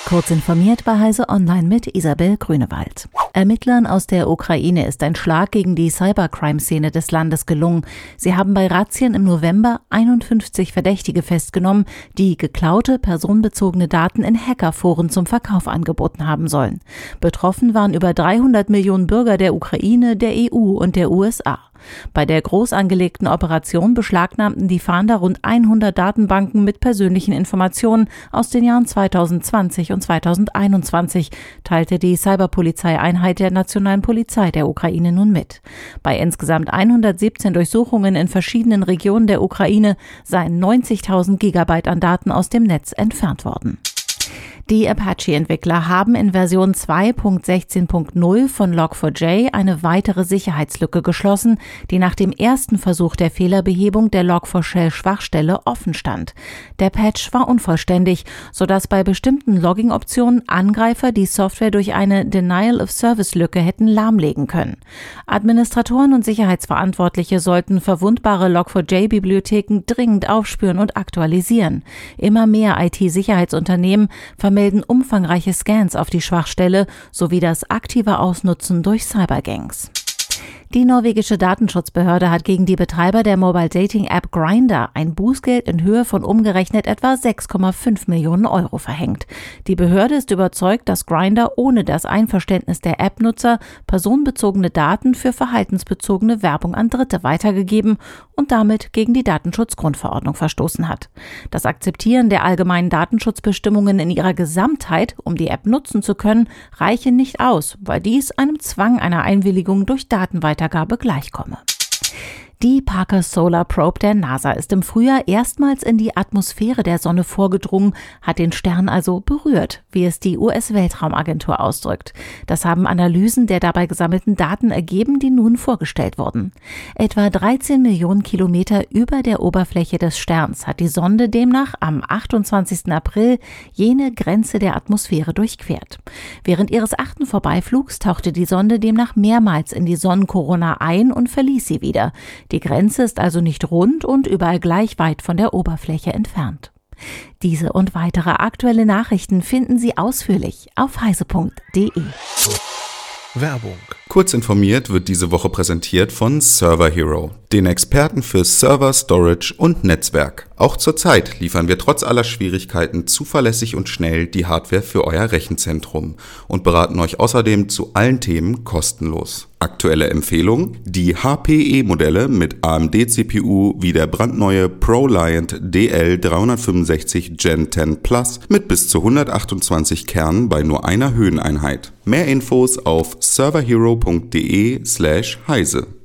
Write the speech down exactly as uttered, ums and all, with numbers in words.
Kurz informiert bei Heise Online mit Isabel Grünewald. Ermittlern aus der Ukraine ist ein Schlag gegen die Cybercrime-Szene des Landes gelungen. Sie haben bei Razzien im November einundfünfzig Verdächtige festgenommen, die geklaute personenbezogene Daten in Hackerforen zum Verkauf angeboten haben sollen. Betroffen waren über dreihundert Millionen Bürger der Ukraine, der E U und der U S A. Bei der groß angelegten Operation beschlagnahmten die Fahnder rund hundert Datenbanken mit persönlichen Informationen aus den Jahren zweitausendzwanzig und zweitausendeinundzwanzig, teilte die Cyberpolizeieinheit der Nationalen Polizei der Ukraine nun mit. Bei insgesamt hundertsiebzehn Durchsuchungen in verschiedenen Regionen der Ukraine seien neunzigtausend Gigabyte an Daten aus dem Netz entfernt worden. Die Apache-Entwickler haben in Version zwei Punkt sechzehn Punkt null von log vier j eine weitere Sicherheitslücke geschlossen, die nach dem ersten Versuch der Fehlerbehebung der log vier shell-Schwachstelle offen stand. Der Patch war unvollständig, sodass bei bestimmten Logging-Optionen Angreifer die Software durch eine Denial-of-Service-Lücke hätten lahmlegen können. Administratoren und Sicherheitsverantwortliche sollten verwundbare log vier j-Bibliotheken dringend aufspüren und aktualisieren. Immer mehr I T-Sicherheitsunternehmen vermelden umfangreiche Scans auf die Schwachstelle sowie das aktive Ausnutzen durch Cybergangs. Die norwegische Datenschutzbehörde hat gegen die Betreiber der Mobile-Dating-App Grindr ein Bußgeld in Höhe von umgerechnet etwa sechs Komma fünf Millionen Euro verhängt. Die Behörde ist überzeugt, dass Grindr ohne das Einverständnis der App-Nutzer personenbezogene Daten für verhaltensbezogene Werbung an Dritte weitergegeben und damit gegen die Datenschutzgrundverordnung verstoßen hat. Das Akzeptieren der allgemeinen Datenschutzbestimmungen in ihrer Gesamtheit, um die App nutzen zu können, reiche nicht aus, weil dies einem Zwang einer Einwilligung durch Datenweitergabe gleichkomme. Die Parker Solar Probe der NASA ist im Frühjahr erstmals in die Atmosphäre der Sonne vorgedrungen, hat den Stern also berührt, wie es die U S-Weltraumagentur ausdrückt. Das haben Analysen der dabei gesammelten Daten ergeben, die nun vorgestellt wurden. Etwa dreizehn Millionen Kilometer über der Oberfläche des Sterns hat die Sonde demnach am achtundzwanzigsten April jene Grenze der Atmosphäre durchquert. Während ihres achten Vorbeiflugs tauchte die Sonde demnach mehrmals in die Sonnenkorona ein und verließ sie wieder. Die Grenze ist also nicht rund und überall gleich weit von der Oberfläche entfernt. Diese und weitere aktuelle Nachrichten finden Sie ausführlich auf heise punkt de. Werbung. Kurz informiert wird diese Woche präsentiert von Server Hero, den Experten für Server, Storage und Netzwerk. Auch zurzeit liefern wir trotz aller Schwierigkeiten zuverlässig und schnell die Hardware für euer Rechenzentrum und beraten euch außerdem zu allen Themen kostenlos. Aktuelle Empfehlung: die H P E-Modelle mit A M D-C P U wie der brandneue ProLiant D L dreihundertfünfundsechzig Gen zehn Plus mit bis zu hundertachtundzwanzig Kernen bei nur einer Höheneinheit. Mehr Infos auf serverhero punkt de slash heise.